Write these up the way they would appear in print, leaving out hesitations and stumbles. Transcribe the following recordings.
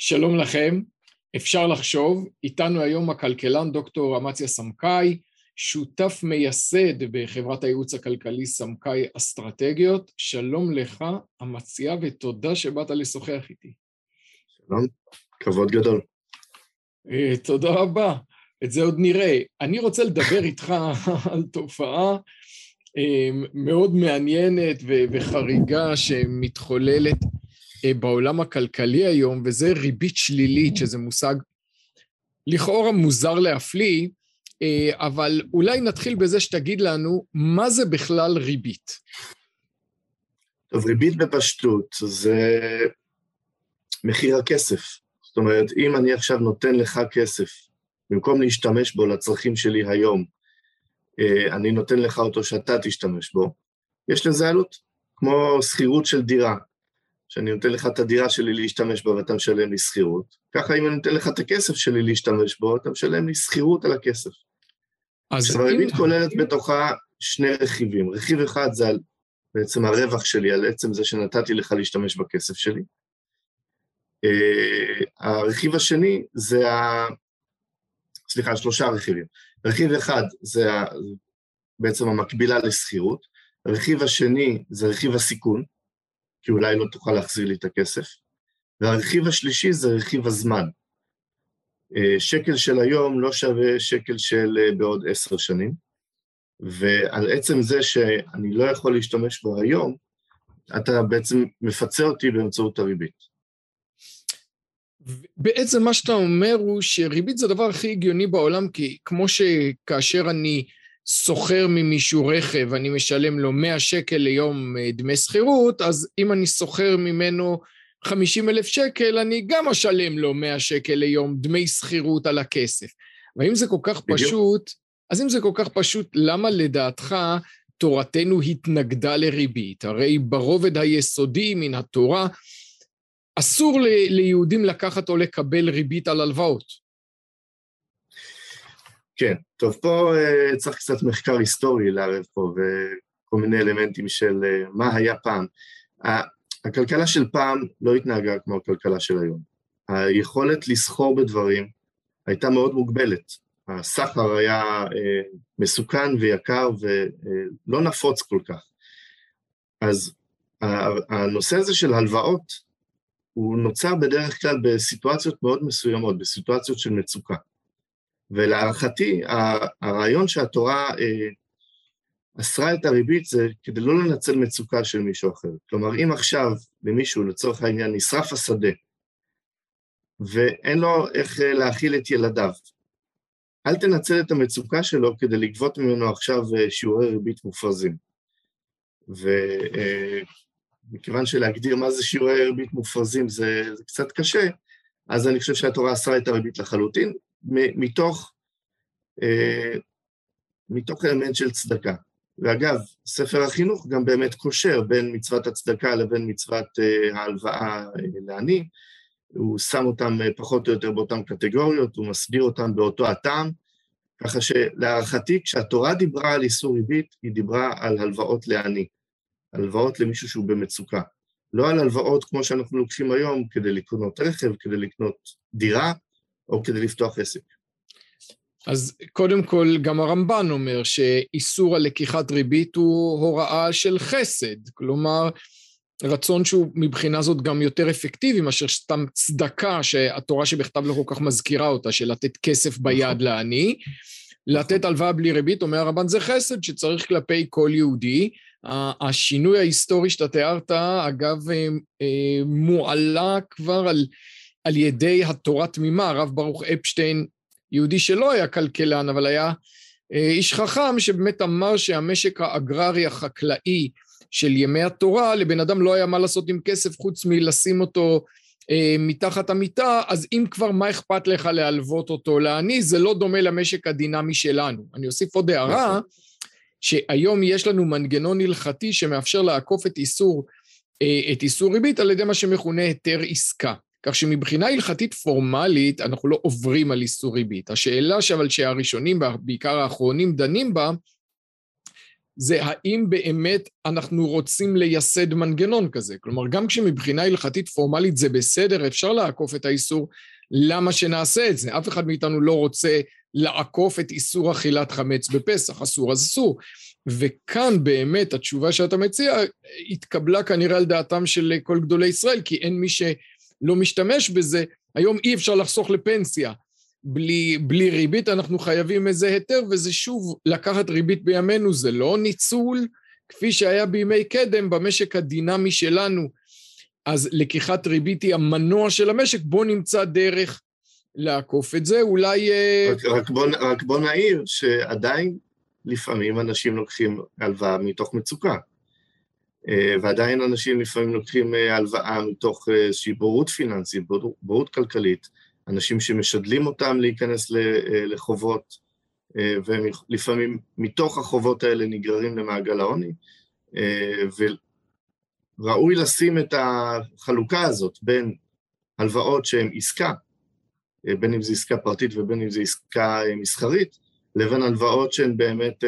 שלום לכם, אפשר לחשוב, איתנו היום הכלכלן דוקטור אמציה סמקאי, שותף מייסד בחברת הייעוץ הכלכלי סמקאי אסטרטגיות. שלום לך אמציה ותודה שבאת לשוחח איתי. שלום, כבוד גדול. תודה רבה, את זה עוד נראה. אני רוצה לדבר איתך על תופעה מאוד מעניינת וחריגה שמתחוללת בעולם הכלכלי היום, וזה ריבית שלילית, שזה מושג לכאורה מוזר להפליא, אבל אולי נתחיל בזה שתגיד לנו, מה זה בכלל ריבית? טוב, ריבית בפשטות זה מחיר הכסף. זאת אומרת, אם אני עכשיו נותן לך כסף, במקום להשתמש בו לצרכים שלי היום, אני נותן לך אותו שאתה תשתמש בו, יש לזה עלות, כמו שכירות של דירה. שאני נותן לך את הדירה שלי להשתמש בה ואתה משלם לי שכירות, ככה אם אני נותן לך את הכסף שלי להשתמש בו, אתה משלם לי שכירות על הכסף. עכשיו, הריבית כוללת בתוכה שני רכיבים. רכיב אחד זה על בעצם הרווח שלי, על עצם זה שנתתי לך להשתמש בכסף שלי. הרכיב השני זה שלושה רכיבים. רכיב אחד זה בעצם המקבילה לשכירות. הרכיב השני זה רכיב הסיכון, כי אולי לא תוכל להחזיר לי את הכסף, והרכיב השלישי זה רכיב הזמן. שקל של היום לא שווה שקל של בעוד 10 שנים, ועל עצם זה שאני לא יכול להשתמש בו היום, אתה בעצם מפצה אותי באמצעות הריבית. בעצם מה שאתה אומר הוא שריבית זה הדבר הכי הגיוני בעולם, כי כמו שכאשר אני סוחר ממישהו רכב, אני משלם לו 100 שקל ליום דמי שכירות, אז אם אני סוחר ממנו 50,000 שקל, אני גם אשלם לו 100 שקל ליום דמי שכירות על הכסף. ואם זה כל כך פשוט, אז אם זה כל כך פשוט, למה לדעתך תורתנו התנגדה לריבית? הרי ברובד היסודי מן התורה, אסור ליהודים לקחת או לקבל ריבית על הלוואות. כן, טוב, פה צריך קצת מחקר היסטורי לערב פה, וכל מיני אלמנטים של מה היה פעם. הכלכלה של פעם לא התנהגה כמו הכלכלה של היום. היכולת לסחור בדברים הייתה מאוד מוגבלת. הסחר היה מסוכן ויקר ולא נפוץ כל כך. אז הנושא הזה של הלוואות, הוא נוצר בדרך כלל בסיטואציות מאוד מסוימות, בסיטואציות של מצוקה. ולהערכתי, הרעיון שהתורה אסרה את הריבית זה כדי לא לנצל מצוקה של מישהו אחר. כלומר, אם עכשיו למישהו, לצורך העניין, נשרף השדה, ואין לו איך להאכיל את ילדיו, אל תנצל את המצוקה שלו כדי לגבות ממנו עכשיו שיעורי ריבית מופרזים. ומכיוון שלהגדיר מה זה שיעורי ריבית מופרזים זה קצת קשה, אז אני חושב שהתורה אסרה את הריבית לחלוטין, מתוך אלמנט של צדקה. ואגב, ספר החינוך גם באמת קושר בין מצוות הצדקה לבין מצוות ההלוואה לעני, הוא שם אותם פחות או יותר באותן קטגוריות, הוא מסביר אותם באותו הטעם, ככה שלהערכתי, כשהתורה דיברה על איסור ריבית, היא דיברה על הלוואות לעני, הלוואות למישהו שהוא במצוקה, לא על הלוואות כמו שאנחנו לוקחים היום, כדי לקנות רכב, כדי לקנות דירה, או כדי לפתוח עסק. אז קודם כל, גם הרמב"ן אומר שאיסור על לקיחת ריבית הוא הוראה של חסד, כלומר, רצון שהוא מבחינה זאת גם יותר אפקטיבי, מאשר סתם צדקה שהתורה שבכתב לא כל כך מזכירה אותה, של לתת כסף ביד לעני, לתת הלוואה בלי ריבית, אומר הרמב"ן זה חסד שצריך כלפי כל יהודי. השינוי ההיסטורי שאתה תיארת, אגב, מועלה כבר על ידי התורה תמימה, הרב ברוך אפשטיין, יהודי שלא היה כלכלן, אבל היה איש חכם שבאמת אמר שהמשק האגררי החקלאי של ימי התורה, לבן אדם לא היה מה לעשות עם כסף חוץ מלשים אותו מתחת המיטה, אז אם כבר מה אכפת לך להלוות אותו לעני, זה לא דומה למשק הדינמי שלנו. אני אוסיף עוד הערה, שהיום יש לנו מנגנון הלכתי שמאפשר לעקוף את איסור ריבית על ידי מה שמכונה היתר עסקה. כך שמבחינה הלכתית פורמלית אנחנו לא עוברים על איסור ריבית. השאלה אבל שהראשונים, בעיקר האחרונים, דנים בה, זה האם באמת אנחנו רוצים לייסד מנגנון כזה. כלומר, גם כשמבחינה הלכתית פורמלית זה בסדר, אפשר לעקוף את האיסור, למה שנעשה את זה? אף אחד מאיתנו לא רוצה לעקוף את איסור אכילת חמץ בפסח, אסור אז אסור. וכאן באמת התשובה שאתה מציע התקבלה כנראה על דעתם של כל גדולי ישראל, כי אין מי שלא משתמש בזה. היום אי אפשר לחסוך לפנסיה. בלי ריבית אנחנו חייבים איזה היתר, וזה שוב לקחת ריבית בימינו, זה לא ניצול כפי שהיה בימי קדם במשק הדינמי שלנו. אז לקיחת ריבית היא המנוע של המשק, בוא נמצא דרך לעקוף את זה, אולי... רק בוא נעיר שעדיין לפעמים אנשים לוקחים הלוואה מתוך מצוקה, ועדיין אנשים לפעמים לוקחים הלוואה מתוך איזושהי בורות פיננסית, בורות כלכלית, אנשים שמשדלים אותם להיכנס לחובות, ולפעמים מתוך החובות האלה נגררים למעגל העוני, וראוי לשים את החלוקה הזאת בין הלוואות שהן עסקה, בין אם זו עסקה פרטית ובין אם זו עסקה מסחרית, לבין הלוואות שהן באמת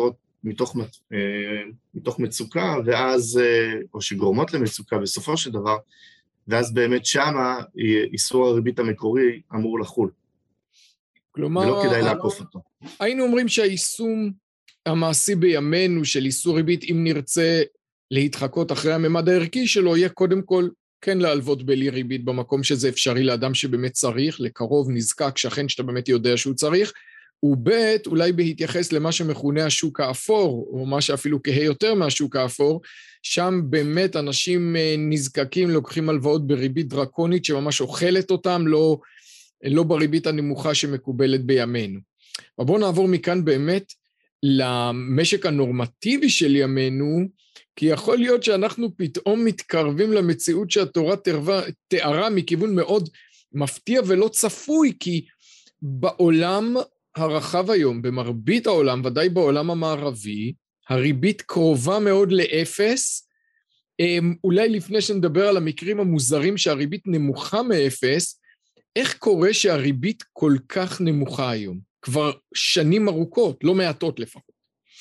מתוך מצוקה, ואז, או שגורמות למצוקה בסופו של דבר, ואז באמת שמה איסור הריבית המקורי אמור לחול. כלומר, ולא כדאי לעקוף אותו. היינו אומרים שהיישום המעשי בימינו של איסור ריבית, אם נרצה להתחקות אחרי הממד הערכי שלו, יהיה קודם כל כן להלוות בלי ריבית במקום שזה אפשרי לאדם שבאמת צריך, לקרוב, נזקק, שכן שאתה באמת יודע שהוא צריך, ובית אולי בהתייחס למה שמכונה השוק האפור, או מה שאפילו כהה יותר מהשוק האפור, שם באמת אנשים נזקקים, לוקחים הלוואות בריבית דרקונית שממש אוכלת אותם, לא בריבית הנמוכה שמקובלת בימינו. אבל בואו נעבור מכאן באמת למשק הנורמטיבי של ימינו, כי יכול להיות שאנחנו פתאום מתקרבים למציאות שהתורה תיארה מכיוון מאוד מפתיע ולא צפוי, כי בעולם הרחב היום, במרבית העולם, ודאי בעולם המערבי, הריבית קרובה מאוד לאפס. אולי לפני שנדבר על המקרים המוזרים שהריבית נמוכה מאפס, איך קורה שהריבית כל כך נמוכה היום? כבר שנים ארוכות, לא מעטות לפחות.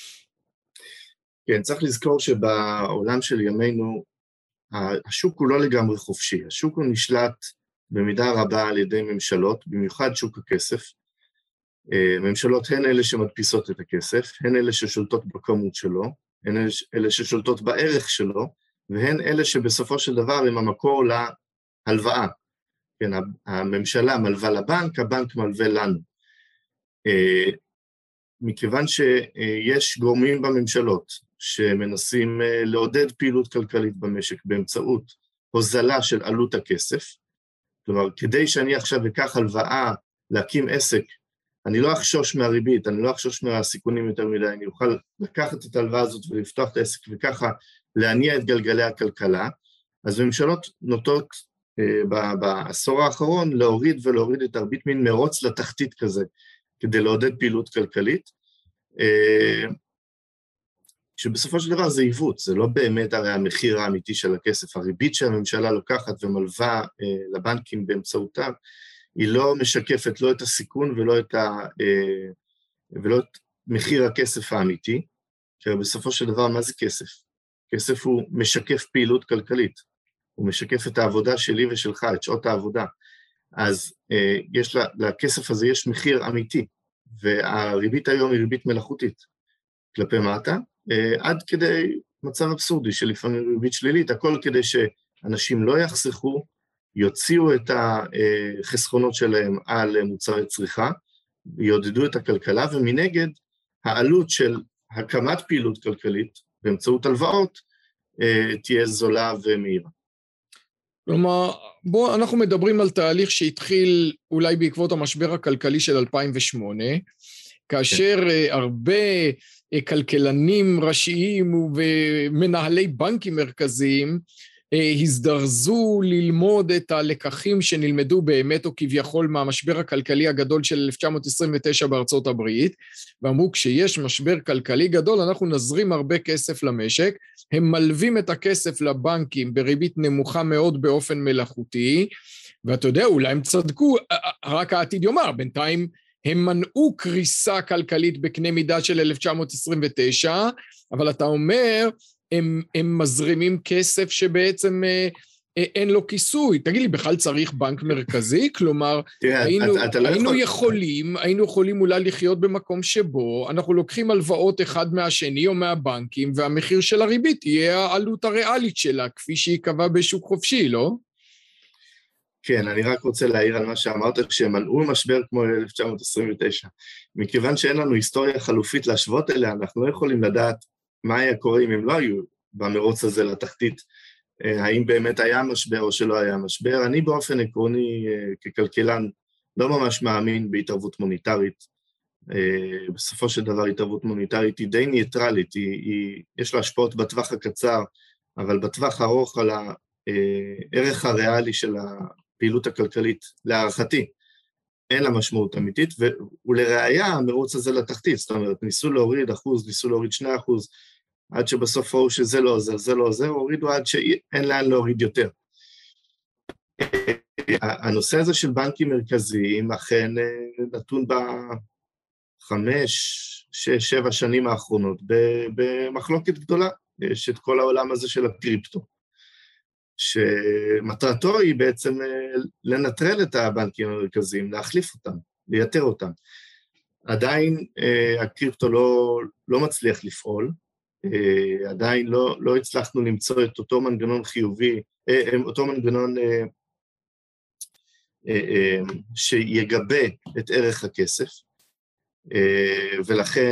כן, צריך לזכור שבעולם של ימינו, השוק הוא לא לגמרי חופשי. השוק הוא נשלט במידה רבה על ידי ממשלות, במיוחד שוק הכסף. ממשלות הן אלה שמדפיסות את הכסף, הן אלה ששולטות בכמות שלו, הן אלה ששולטות בערך שלו, והן אלה שבסופו של דבר הם המקור להלוואה. כן, הממשלה מלווה לבנק, הבנק מלווה לנו. מכיוון שיש גורמים בממשלות שמנסים לעודד פעילות כלכלית במשק באמצעות הוזלה של עלות הכסף, כלומר, כדי שאני עכשיו אקח הלוואה להקים עסק, אני לא אחשוש מהריבית, אני לא אחשוש מהסיכונים יותר מדי, אני אוכל לקחת את ההלוואה הזאת ולפתוח את העסק וככה להניע את גלגלי הכלכלה, אז ממשלות נוטות בעשור האחרון להוריד את הריבית מין מרוץ לתחתית כזה, כדי לעודד פעילות כלכלית, שבסופו של דבר זה עיוות, זה לא באמת הרי המחיר האמיתי של הכסף, הריבית שהממשלה לוקחת ומלווה לבנקים באמצעותם, היא לא משקפת לא את הסיכון ולא את מחיר הכסף האמיתי, כי בסופו של דבר מה זה כסף? כסף הוא משקף פעילות כלכלית, הוא משקף את העבודה שלי ושלך, את שעות העבודה, אז לכסף הזה יש מחיר אמיתי, והריבית היום היא ריבית מלאכותית כלפי מטה, עד כדי מצב אבסורדי שלפעמים ריבית שלילית, הכל כדי שאנשים לא יחסכו, יוציאו את החסכונות שלהם על מוצרי צריכה, יעודדו את הכלכלה, ומנגד העלות של הקמת פעילות כלכלית באמצעות הלוואות תהיה זולה ומהירה. כלומר, אנחנו מדברים על תהליך שהתחיל אולי בעקבות המשבר הכלכלי של 2008, כאשר הרבה כלכלנים ראשיים ומנהלי בנקים מרכזיים הזדרזו ללמוד את הלקחים שנלמדו באמת או כביכול מהמשבר הכלכלי הגדול של 1929 בארצות הברית, ואמרו כשיש משבר כלכלי גדול אנחנו נזרים הרבה כסף למשק, הם מלווים את הכסף לבנקים בריבית נמוכה מאוד באופן מלאכותי, ואתה יודע אולי הם צדקו, רק העתיד יאמר, בינתיים הם מנעו קריסה כלכלית בקנה מידה של 1929, אבל אתה אומר, הם מזרימים כסף שבעצם אין לו כיסוי. תגיד לי, בכלל צריך בנק מרכזי? כלומר, היינו יכולים אולי לחיות במקום שבו אנחנו לוקחים הלוואות אחד מהשני או מהבנקים, והמחיר של הריבית יהיה העלות הריאלית שלה, כפי שהיא קבעה בשוק חופשי, לא? כן, אני רק רוצה להעיר על מה שאמרת, כשהם מנעו משבר כמו 1929. מכיוון שאין לנו היסטוריה חלופית להשוות אליה, אנחנו לא יכולים לדעת מה היה קורה אם הם לא היו במרוץ הזה לתחתית, האם באמת היה משבר או שלא היה משבר. אני באופן עקרוני, ככלכלן, לא ממש מאמין בהתערבות מוניטרית. בסופו של דבר, התערבות מוניטרית היא די ניטרלית, יש לה השפעות בטווח הקצר, אבל בטווח הארוך על הערך הריאלי של הפעילות הכלכלית, להערכתי, אין לה משמעות אמיתית, ולראיה, המרוץ הזה לתחתית, זאת אומרת, ניסו להוריד 1%, ניסו להוריד 2%, עד שבסוף ראו שזה לא עוזר, זה לא עוזר, הורידו עד שאין לאן להוריד יותר. הנושא הזה של בנקים מרכזיים אכן נתון ב5, 6, 7 שנים האחרונות, במחלוקת גדולה. יש את כל העולם הזה של הקריפטו, שמטרתו היא בעצם לנטרל את הבנקים המרכזיים, להחליף אותם, לייתר אותם. עדיין הקריפטו לא מצליח לפעול, עדיין לא הצלחנו למצוא את אותו מנגנון חיובי, אותו מנגנון שיגבה את ערך הכסף, ולכן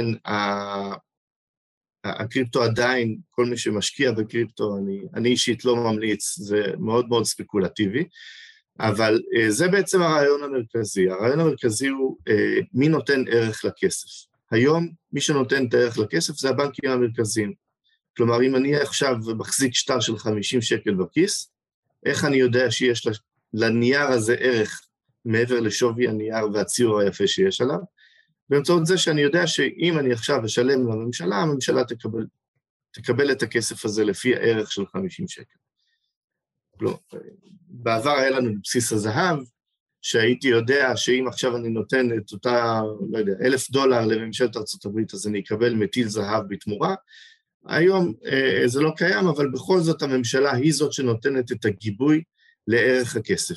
הקריפטו עדיין, כל מי שמשקיע בקריפטו, אני אישית לא ממליץ, זה מאוד מאוד ספקולטיבי, אבל זה בעצם הרעיון המרכזי. הרעיון המרכזי הוא מי נותן ערך לכסף. היום מי שנותן את הערך לכסף זה הבנקים המרכזיים. כלומר, אם אני עכשיו מחזיק שטר של 50 שקל בכיס, איך אני יודע שיש לנייר הזה ערך מעבר לשווי הנייר והציור היפה שיש עליו? באמצעות זה שאני יודע שאם אני עכשיו אשלם לממשלה, הממשלה תקבל את הכסף הזה לפי הערך של 50 שקל. לא, בעבר היה לנו בסיס הזהב, שהייתי יודע שאם עכשיו אני נותן את אותה, לא יודע, $1,000 לממשלת ארצות הברית, אז אני אקבל מטיל זהב בתמורה. היום זה לא קיים, אבל בכל זאת הממשלה היא זאת שנותנת את הגיבוי לערך הכסף.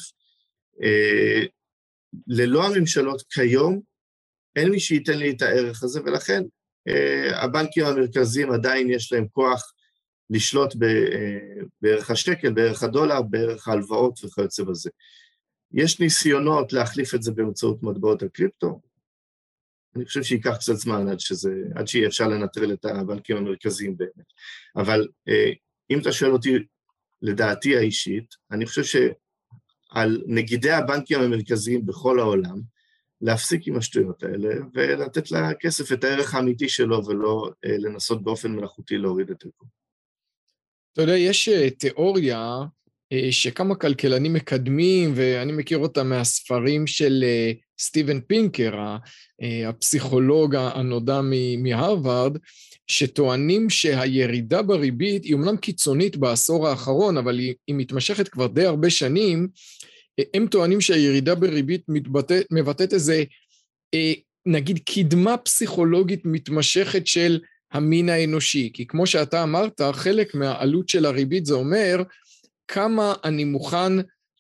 ללא הממשלות כיום, אין מי שייתן לי את הערך הזה, ולכן הבנקים המרכזיים עדיין יש להם כוח לשלוט בערך השקל, בערך $1, בערך ההלוואות וכיוצא בזה. יש ניסיונות להחליף את זה באמצעות מטבעות הקריפטו, אני חושב שייקח קצת זמן עד שיהיה אפשר לנטרל את הבנקים המרכזיים באמת. אבל אם אתה שואל אותי לדעתי האישית, אני חושב שעל נגידי הבנקים המרכזיים בכל העולם, להפסיק עם השטויות האלה, ולתת לכסף את הערך האמיתי שלו, ולא לנסות באופן מלאכותי להוריד את הכל. אתה יודע, יש תיאוריה שכמה כלכלנים מקדמים, ואני מכיר אותה מהספרים של סטיבן פינקר, הפסיכולוג הנודע מהרווארד, שטוענים שהירידה בריבית היא אומנם קיצונית בעשור האחרון, אבל היא מתמשכת כבר די הרבה שנים. הם טוענים שהירידה בריבית מבטאת איזה, נגיד, קדמה פסיכולוגית מתמשכת של המין האנושי, כי כמו שאתה אמרת, חלק מהעלות של הריבית זה אומר, כמה אני מוכן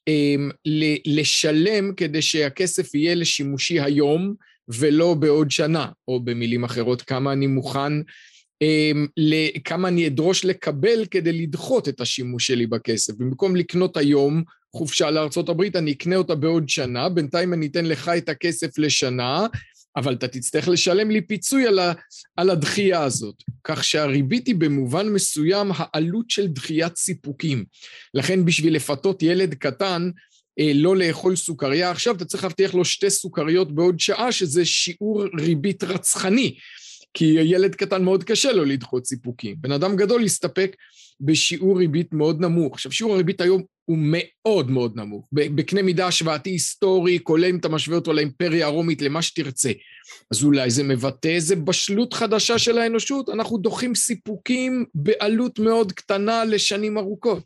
לשלם כדי שהכסף יהיה לשימושי היום, ולא בעוד שנה, או במילים אחרות, כמה אני מוכן, כמה אני אדרוש לקבל כדי לדחות את השימוש שלי בכסף. במקום לקנות היום חופשה לארצות הברית, אני אקנה אותה בעוד שנה, בינתיים אני אתן לך את הכסף לשנה, אבל אתה תצטרך לשלם לי פיצוי על הדחייה הזאת, כך שהריבית היא במובן מסוים העלות של דחיית סיפוקים. לכן בשביל לפתות ילד קטן לא לאכול סוכריה עכשיו, אתה צריך להבטיח לו 2 סוכריות בעוד שעה, שזה שיעור ריבית רצחני, כי ילד קטן מאוד קשה לו לדחות סיפוקים. בן אדם גדול יסתפק בשיעור ריבית מאוד נמוך. עכשיו, שיעור הריבית היום הוא מאוד מאוד נמוך, בקנה מידה השוואתי היסטורי, כולל אם אתה משווה אותו לאימפריה הרומית, למה שתרצה. אז אולי זה מבטא איזה בשלות חדשה של האנושות, אנחנו דוחים סיפוקים בעלות מאוד קטנה לשנים ארוכות.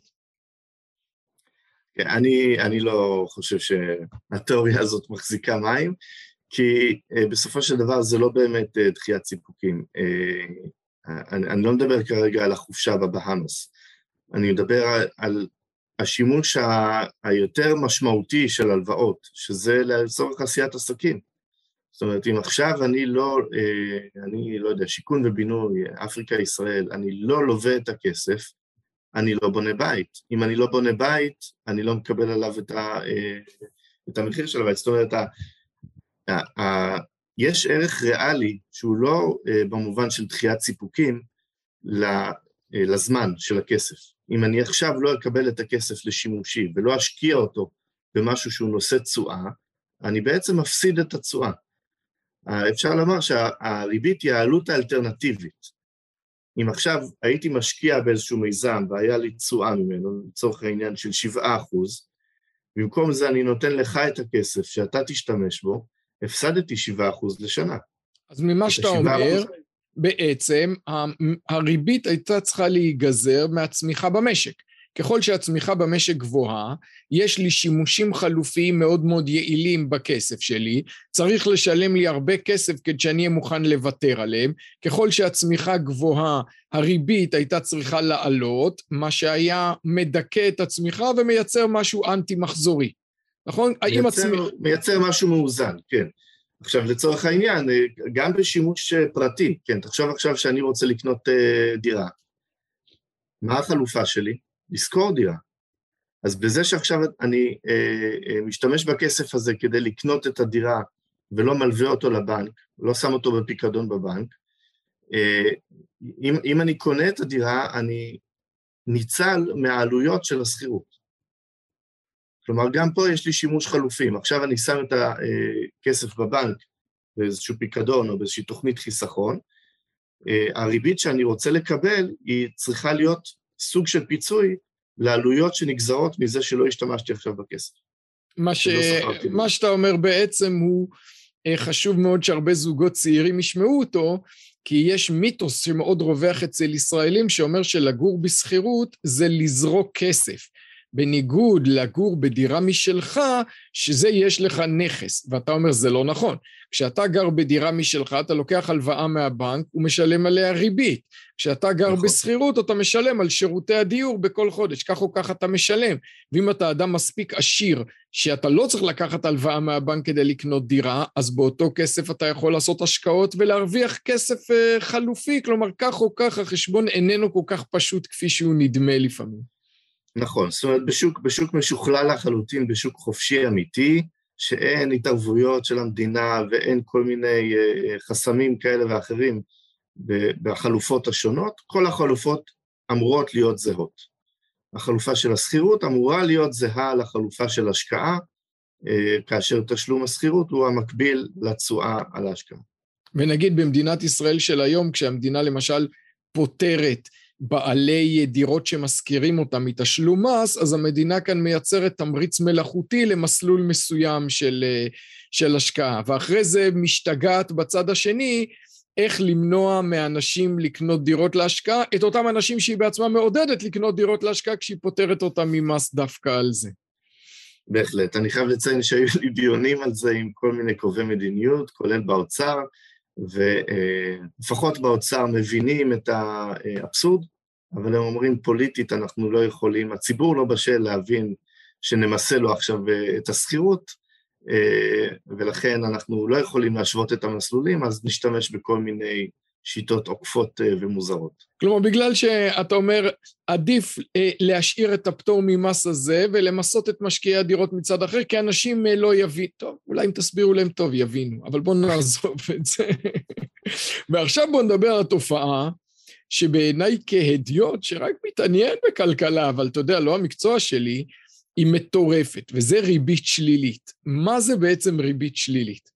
אני לא חושב שהתיאוריה הזאת מחזיקה מים, כי בסופו של דבר זה לא באמת דחיית סיפוקים. אני לא מדבר כרגע על החופשה בבהאמס, אני מדבר על השימוש היותר משמעותי של הלוואות, שזה לצורך עשיית עסקים. זאת אומרת, אם עכשיו אני לא יודע, שיכון ובינוי, אפריקה, ישראל, אני לא לווה את הכסף, אני לא בונה בית. אם אני לא בונה בית, אני לא מקבל עליו את המחיר של הבית. זאת אומרת, יש ערך ריאלי, שהוא לא במובן של דחיית סיפוקים, לזמן של הכסף. אם אני עכשיו לא אקבל את הכסף לשימושי, ולא אשקיע אותו במשהו שהוא נושא תשואה, אני בעצם מפסיד את התשואה. אפשר לומר שהריבית היא העלות האלטרנטיבית. אם עכשיו הייתי משקיע באיזשהו מיזם, והיה לי תשואה ממנו, לצורך העניין של 7%, במקום זה אני נותן לך את הכסף שאתה תשתמש בו, הפסדתי 7% לשנה. אז ממה שאתה אומר, בעצם הריבית הייתה צריכה להיגזר מהצמיחה במשק. ככל שהצמיחה במשק גבוהה, יש לי שימושים חלופיים מאוד מאוד יעילים בכסף שלי, צריך לשלם לי הרבה כסף כדי שאני אהיה מוכן לוותר עליהם, ככל שהצמיחה גבוהה, הריבית הייתה צריכה לעלות, מה מדכא את הצמיחה ומייצר משהו אנטי-מחזורי, נכון? מייצר משהו מאוזן, כן. עכשיו, לצורך העניין, גם בשימוש פרטי, כן, תחשוב עכשיו שאני רוצה לקנות דירה. מה החלופה שלי? לשכור דירה. אז בזה שעכשיו אני משתמש בכסף הזה כדי לקנות את הדירה, ולא מלווה אותו לבנק, לא שם אותו בפיקדון בבנק, אם אני קונה את הדירה, אני ניצל מהעלויות של השכירות. כלומר, גם פה יש לי שימוש חלופים. עכשיו אני שם את הכסף בבנק, באיזשהו פיקדון או באיזושהי תוכנית חיסכון, הריבית שאני רוצה לקבל היא צריכה להיות סוג של פיצוי לעלויות שנגזרות מזה שלא השתמשתי עכשיו בכסף. מה שאתה אומר בעצם הוא חשוב מאוד שהרבה זוגות צעירים ישמעו אותו, כי יש מיתוס שמאוד רווח אצל ישראלים שאומר שלגור בסחירות זה לזרוק כסף. בניגוד לגור בדירה משלך, שזה יש לך נכס, ואתה אומר זה לא נכון. כשאתה גר בדירה משלך, אתה לוקח הלוואה מהבנק, ומשלם עליה ריבית. כשאתה גר נכון. בסחירות, אתה משלם על שירותי הדיור בכל חודש, כך או כך אתה משלם. ואם אתה אדם מספיק עשיר, שאתה לא צריך לקחת הלוואה מהבנק כדי לקנות דירה, אז באותו כסף אתה יכול לעשות השקעות ולהרוויח כסף חלופי, כלומר כך או כך החשבון איננו כל כך פשוט כפי שהוא נדמה לפעמים. נכון, זאת אומרת, בשוק משוכלל לחלוטין, בשוק חופשי אמיתי, שאין התערבויות של המדינה ואין כל מיני חסמים כאלה ואחרים בחלופות השונות, כל החלופות אמורות להיות זהות. החלופה של השכירות אמורה להיות זהה לחלופה של השקעה, כאשר תשלום השכירות הוא המקביל לתשואה על ההשקעה. ונגיד במדינת ישראל של היום, כשהמדינה למשל פותרת בעלי דירות שמזכירים אותם מתשלום מס, אז המדינה כאן מייצרת תמריץ מלאכותי למסלול מסוים של השקעה, ואחרי זה משתגעת בצד השני, איך למנוע מאנשים לקנות דירות להשקעה, את אותם אנשים שהיא בעצמה מעודדת לקנות דירות להשקעה, כשהיא פותרת אותם ממס דווקא על זה. בהחלט, אני חייב לציין שהיו לי דיונים על זה עם כל מיני קובעי מדיניות, כולל באוצר, ולפחות באוצר מבינים את האבסורד, אבל הם אומרים פוליטית אנחנו לא יכולים, הציבור לא בשל להבין שנמסה לו עכשיו את השכירות, ולכן אנחנו לא יכולים להשוות את המסלולים, אז נשתמש בכל מיני שיטות עוקפות ומוזרות. כלומר, בגלל שאתה אומר, עדיף להשאיר את הפטור ממס הזה, ולמסות את משקיעי הדירות מצד אחר, כי אנשים לא יבינו, טוב, אולי אם תסבירו להם טוב, יבינו, אבל בואו נעזוב את זה. ועכשיו בואו נדבר על התופעה, שבעיניי כהדיוט, שרק מתעניין בכלכלה, אבל אתה יודע, לא המקצוע שלי, היא מטורפת, וזה ריבית שלילית. מה זה בעצם ריבית שלילית?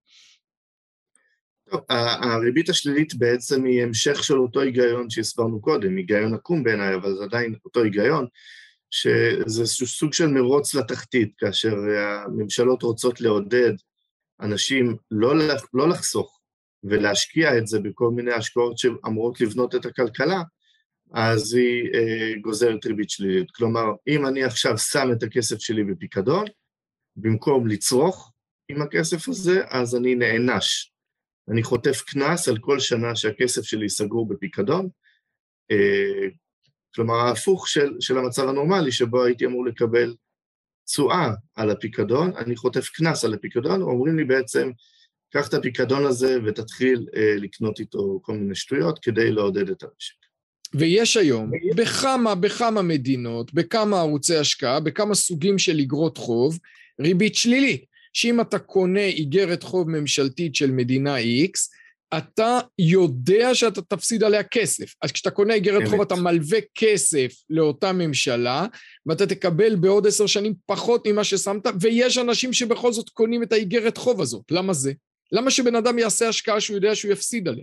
טוב, הריבית השלילית בעצם היא המשך של אותו היגיון שהסברנו קודם, היגיון עקום בעיניי, אבל זה עדיין אותו היגיון, שזה סוג של מרוץ לתחתית, כאשר הממשלות רוצות לעודד אנשים לא לחסוך, ולהשקיע את זה בכל מיני השקעות שאמורות לבנות את הכלכלה, אז היא גוזרת ריבית שלילית. כלומר, אם אני עכשיו שם את הכסף שלי בפיקדון, במקום לצרוך, עם הכסף הזה, אז אני נענש. אני חוטף קנס על כל שנה שהכסף שלי סגור בפיקדון, כלומר, ההפוך של המצב הנורמלי, שבו הייתי אמור לקבל תשואה על הפיקדון, אני חוטף קנס על הפיקדון, אומרים לי בעצם, קח את הפיקדון הזה ותתחיל לקנות איתו כל מיני שטויות, כדי לעודד את המשק. ויש היום בכמה מדינות, בכמה ערוצי השקעה, בכמה סוגים של אגרות חוב, ריבית שלילית, שאם אתה קונה איגרת חוב ממשלתית של מדינה X, אתה יודע שאתה תפסיד עליה כסף. אז כשאתה קונה איגרת חוב, אתה מלווה כסף לאותה ממשלה, ואתה תקבל בעוד 10 שנים פחות ממה ששמת, ויש אנשים שבכל זאת קונים את האיגרת חוב הזאת. למה זה? למה שבן אדם יעשה השקעה שהוא יודע שהוא יפסיד עליה?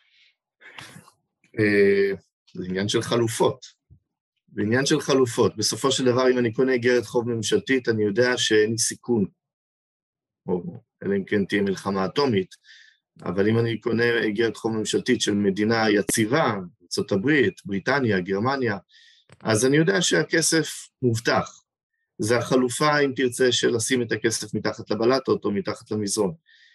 זה עניין של חלופות. בעניין של חלופות. בסופו של דבר, אם אני קונה איגרת חוב ממשלתית, אני יודע שאין לי סיכון. אלא אם כן תהיה מלחמה אטומית. אבל אם אני קונה איגרת חוב ממשלתית של מדינה יציבה, ארצות הברית, בריטניה, גרמניה, אז אני יודע שהכסף מובטח. זה החלופה, אם תרצה, של לשים את הכסף מתחת לבלטות או מתחת למזרון.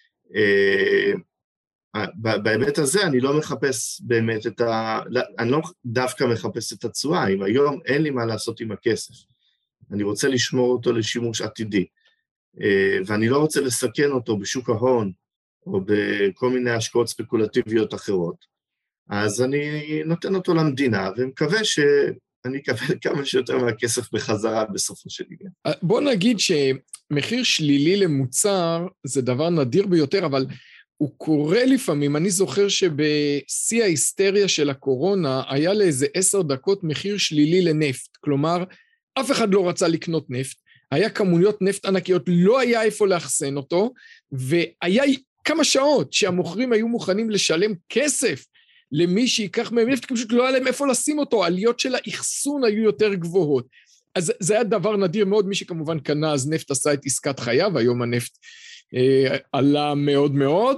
בהיבט הזה אני לא מחפש באמת אני לא דווקא מחפש את התשואה, אם היום אין לי מה לעשות עם הכסף, אני רוצה לשמור אותו לשימוש עתידי, ואני לא רוצה לסכן אותו בשוק ההון, או בכל מיני השקעות ספקולטיביות אחרות, אז אני נותן אותו למדינה, ומקווה שאני אקבל כמה שיותר מהכסף בחזרה בסופו של דבר. בוא נגיד שמחיר שלילי למוצר זה דבר נדיר ביותר, אבל הוא קורה לפעמים. אני זוכר שבשיא ההיסטריה של הקורונה, היה לאיזה 10 דקות מחיר שלילי לנפט, כלומר, אף אחד לא רצה לקנות נפט, היה כמויות נפט ענקיות, לא היה איפה לאחסן אותו, והיה כמה שעות שהמוכרים היו מוכנים לשלם כסף למי שיקח מהם נפט, כי פשוט לא היה להם איפה לשים אותו, העליות של האחסון היו יותר גבוהות. אז זה היה דבר נדיר מאוד, מי שכמובן קנה, אז נפט עשה את עסקת חייו, היום הנפט עלה מאוד מאוד,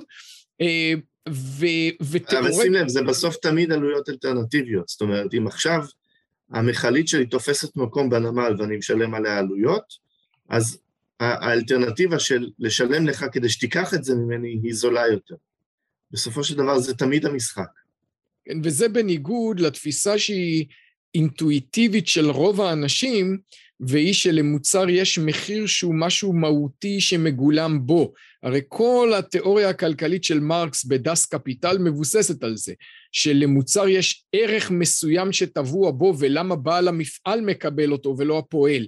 אבל שים לב, זה בסוף תמיד עלויות אלטרנטיביות, זאת אומרת, אם עכשיו המכלית שלי תופסת מקום בנמל ואני משלם עליה עלויות, אז האלטרנטיבה של לשלם לך כדי שתיקח את זה ממני היא זולה יותר. בסופו של דבר זה תמיד המשחק. וזה בניגוד לתפיסה שהיא אינטואיטיבית של רוב האנשים, והיא שלמוצר יש מחיר שהוא משהו מהותי שמגולם בו. הרי כל התיאוריה הכלכלית של מרקס בדס קפיטל מבוססת על זה, שלמוצר יש ערך מסוים שטבוע בו, ולמה בעל המפעל מקבל אותו ולא הפועל.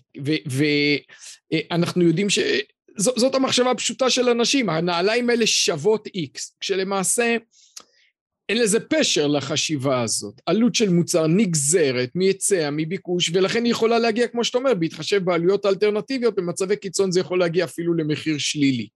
ואנחנו יודעים שזאת המחשבה הפשוטה של אנשים, הנעליים האלה שוות X, כשלמעשה אין לזה פשר לחשיבה הזאת. עלות של מוצר נגזרת מהיצע, מביקוש, ולכן היא יכולה להגיע, כמו שאתה אומר, בהתחשב בעלויות האלטרנטיביות, במצבי קיצון זה יכול להגיע אפילו למחיר שלילי.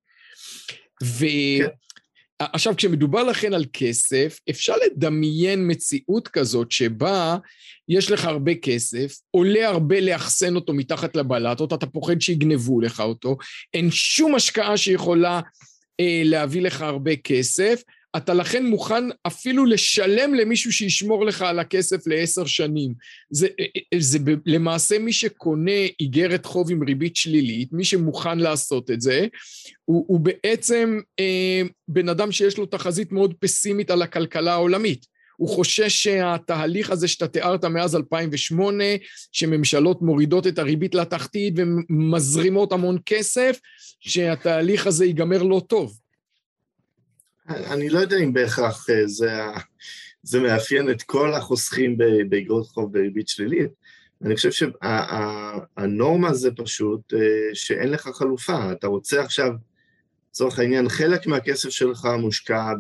ועכשיו, כשמדובר לכן על כסף, אפשר לדמיין מציאות כזאת שבה יש לך הרבה כסף, עולה הרבה לאחסן אותו מתחת לבלטות, אתה פוחד שיגנבו לך אותו, אין שום השקעה שיכולה להביא לך הרבה כסף, אתה לכן מוכן אפילו לשלם למישהו שישמור לך על הכסף ל10 שנים. זה למעשה מי שקונה איגרת חוב עם ריבית שלילית, מי שמוכן לעשות את זה, הוא בעצם בן אדם שיש לו תחזית מאוד פסימית על הכלכלה העולמית. הוא חושש שהתהליך הזה שאתה תיארת מאז 2008, שממשלות מורידות את הריבית לתחתית ומזרימות המון כסף, שהתהליך הזה ייגמר לא טוב. אני לא יודע אם בהכרח זה מאפיין את כל החוסכים באגרות חוב בריבית שלילית. אני חושב שהנורמה זה פשוט שאין לך חלופה. אתה רוצה עכשיו, לצורך העניין, חלק מהכסף שלך מושקע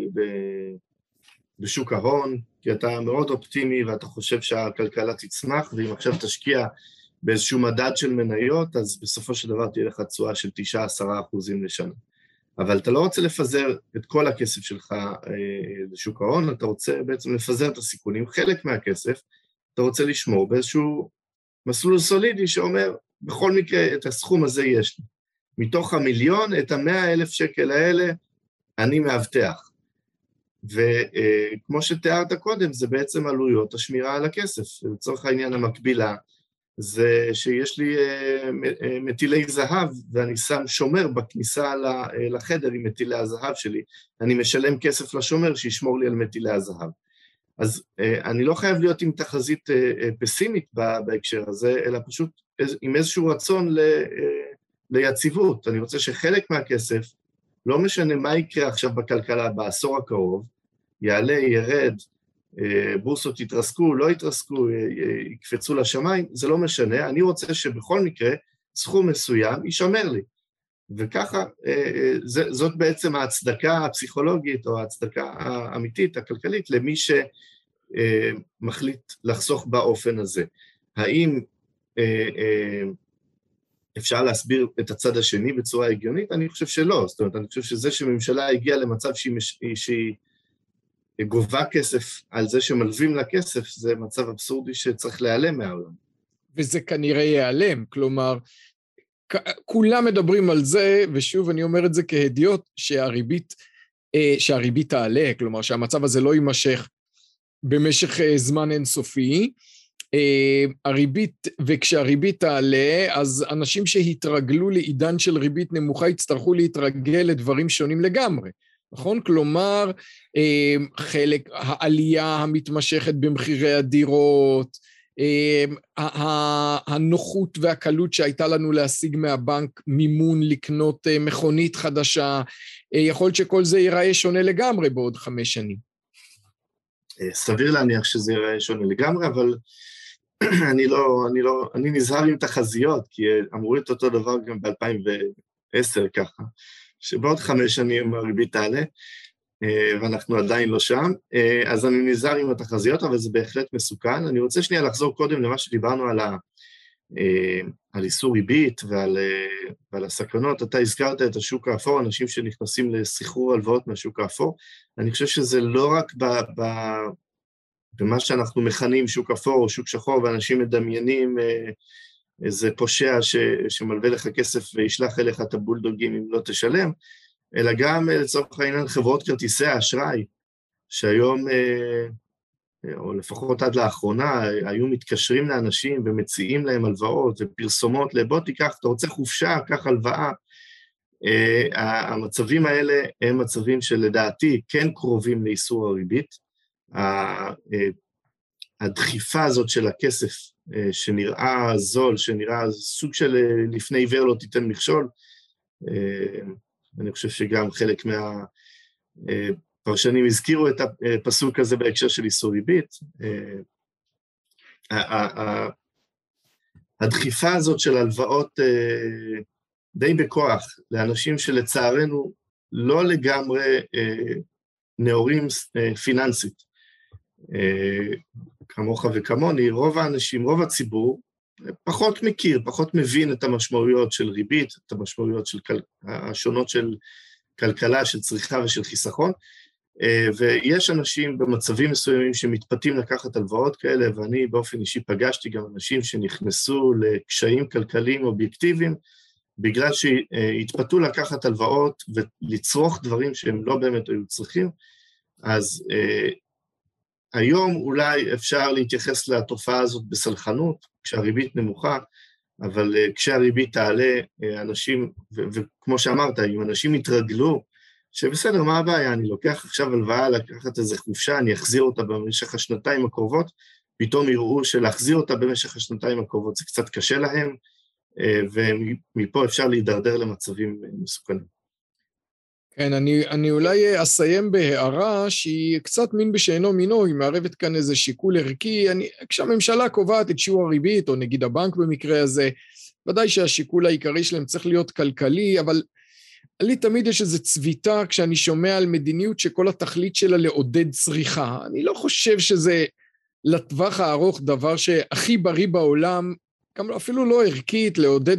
בשוק ההון, כי אתה מאוד אופטימי ואתה חושב שהכלכלה תצמח, ואם עכשיו תשקיע באיזשהו מדד של מניות, אז בסופו של דבר תהיה לך תשואה של 9-10% לשנה. אבל אתה לא רוצה לפזר את כל הכסף שלך לשוק ההון, אתה רוצה בעצם לפזר את הסיכונים, חלק מהכסף, אתה רוצה לשמור באיזשהו מסלול סולידי שאומר, בכל מקרה את הסכום הזה יש לי. מתוך 1,000,000, את 100,000 שקל האלה, אני מאבטח. וכמו שתיארת קודם, זה בעצם עלויות השמירה על הכסף. לצורך העניין המקבילה, זה שיש לי מטילי זהב, ואני שם שומר בכניסה לחדר עם מטילי הזהב שלי. אני משלם כסף לשומר שישמור לי על מטילי הזהב. אז אני לא חייב להיות עם תחזית פסימית בהקשר הזה, אלא פשוט עם איזשהו רצון ליציבות. אני רוצה שחלק מהכסף, לא משנה מה יקרה עכשיו בכלכלה בעשור הקרוב, יעלה, ירד, בורסות יתרסקו, לא יתרסקו, יקפצו לשמיים, זה לא משנה, אני רוצה שבכל מקרה סכום מסוים יישמר לי. וככה, זאת בעצם ההצדקה הפסיכולוגית, או ההצדקה האמיתית, הכלכלית, למי שמחליט לחסוך באופן הזה. האם אפשר להסביר את הצד השני בצורה הגיונית? אני חושב שלא. זאת אומרת, אני חושב שזה שממשלה הגיעה למצב שהיא גובה כסף על זה שמלווים לה כסף, זה מצב אבסורדי שצריך להיעלם מהעולם. וזה כנראה ייעלם, כלומר, כולם מדברים על זה, ושוב אני אומר את זה כהדיוט, שהריבית תעלה, כלומר שהמצב הזה לא יימשך במשך זמן אינסופי, הריבית, וכשהריבית תעלה, אז אנשים שהתרגלו לעידן של ריבית נמוכה, יצטרכו להתרגל לדברים שונים לגמרי. נכון? כלומר, חלק, העלייה המתמשכת במחירי הדירות, הנוחות והקלות שהייתה לנו להשיג מהבנק מימון לקנות מכונית חדשה, יכול להיות שכל זה ייראה שונה לגמרי בעוד 5 שנים. סביר להניח שזה ייראה שונה לגמרי, אבל אני נזהר עם תחזיות, כי אמרו את אותו דבר גם ב-2010 ככה, שבעוד 5 שנים הריבית תעלה, ואנחנו עדיין לא שם, אז אני נזהר עם התחזיות, אבל זה בהחלט מסוכן. אני רוצה שנייה לחזור קודם למה שדיברנו על איסור ריבית ועל הסכנות. אתה הזכרת את השוק האפור, אנשים שנכנסים לסחרור הלוואות מהשוק האפור. אני חושב שזה לא רק במה שאנחנו מכנים שוק אפור או שוק שחור, ואנשים מדמיינים איזה פושע שמלווה לך כסף וישלח אליך את הבולדוגים אם לא תשלם, אלא גם לצורך העניין חברות כרטיסי האשראי, שהיום, או לפחות עד לאחרונה, היו מתקשרים לאנשים ומציעים להם הלוואות ופרסומות לבוא תיקח, אתה רוצה חופשה, קח הלוואה. המצבים האלה הם מצבים שלדעתי כן קרובים לאיסור הריבית. הדחיפה הזאת של הכסף, שנראה זול, שנראה סוג של לפני עיוור לא תיתן מכשול, אני חושב שגם חלק מהפרשנים הזכירו את הפסוק הזה בהקשר של איסור ריבית. הדחיפה הזאת של הלוואות די בכוח לאנשים שלצערנו לא לגמרי נאורים פיננסית, כמוך וכמוני, רוב האנשים, רוב הציבור, פחות מכיר, פחות מבין את המשמעויות של ריבית, את המשמעויות השונות של כלכלה, של צריכה ושל חיסכון, ויש אנשים במצבים מסוימים שמתפתים לקחת הלוואות כאלה, ואני באופן אישי פגשתי גם אנשים שנכנסו לקשיים כלכליים אובייקטיביים, בגלל שהתפתו לקחת הלוואות ולצרוך דברים שהם לא באמת היו צריכים, אז היום אולי אפשר להתייחס לתופעה הזאת בסלחנות, כשהריבית נמוכה, אבל כשהריבית תעלה, אנשים, וכמו שאמרת, אם אנשים יתרגלו, שבסדר, מה הבעיה? אני לוקח עכשיו הלוואה, לקחת איזו חופשה, אני אחזיר אותה במשך השנתיים הקרובות, פתאום יראו שלהחזיר אותה במשך השנתיים הקרובות זה קצת קשה להם, ומפה אפשר להידרדר למצבים מסוכנים. כן, אני אולי אסיים בהערה שהיא קצת מין בשאינו מינו, היא מערבת כאן איזה שיקול ערכי, כשהממשלה קובעת את שיעור הריבית, או נגיד הבנק במקרה הזה, ודאי שהשיקול העיקרי שלהם צריך להיות כלכלי, אבל לי תמיד יש איזו צביטה כשאני שומע על מדיניות שכל התכלית שלה לעודד צריכה. אני לא חושב שזה לטווח הארוך דבר שהכי בריא בעולם, אפילו לא ערכית, לעודד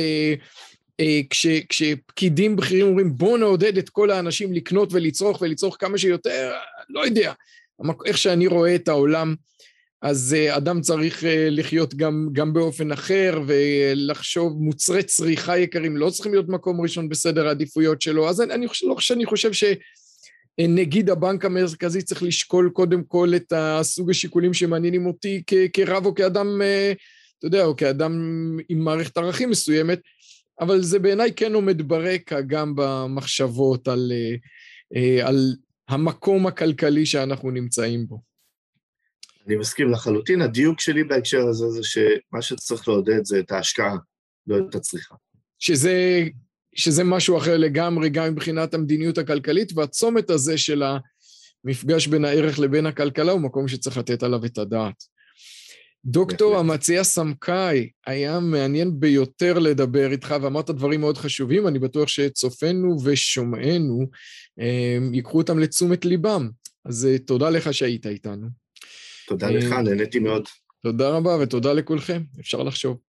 כשפקידים בכירים אומרים בוא נעודד את כל האנשים לקנות ולצרוך כמה שיותר, לא יודע, איך שאני רואה את העולם, אז אדם צריך לחיות גם באופן אחר, ולחשוב מוצרי צריכה יקרים, לא צריכים להיות מקום ראשון בסדר העדיפויות שלו, אז אני חושב שנגיד הבנק המרכזי צריך לשקול קודם כל את הסוג השיקולים שמעניינים אותי כרב או כאדם אתה יודע, או כאדם עם מערכת ערכים מסוימת, אבל זה בעיניי כן עומד ברקע גם במחשבות על המקום הכלכלי שאנחנו נמצאים בו. אני מסכים לחלוטין, הדיוק שלי בהקשר הזה זה שמה שצריך לעודד זה את ההשקעה, לא את הצריכה. שזה משהו אחר לגמרי, גם מבחינת המדיניות הכלכלית, והצומת הזה של המפגש בין הערך לבין הכלכלה, הוא מקום שצריך לתת עליו את הדעת. דוקטור אמציה סמקאי, היה מעניין ביותר לדבר איתך, ואמרת דברים מאוד חשובים, אני בטוח שצופינו ושומענו, ייקחו אותם לתשומת ליבם. אז תודה לך שהיית איתנו. תודה לך, נהניתי מאוד. תודה רבה ותודה לכולכם, אפשר לחשוב.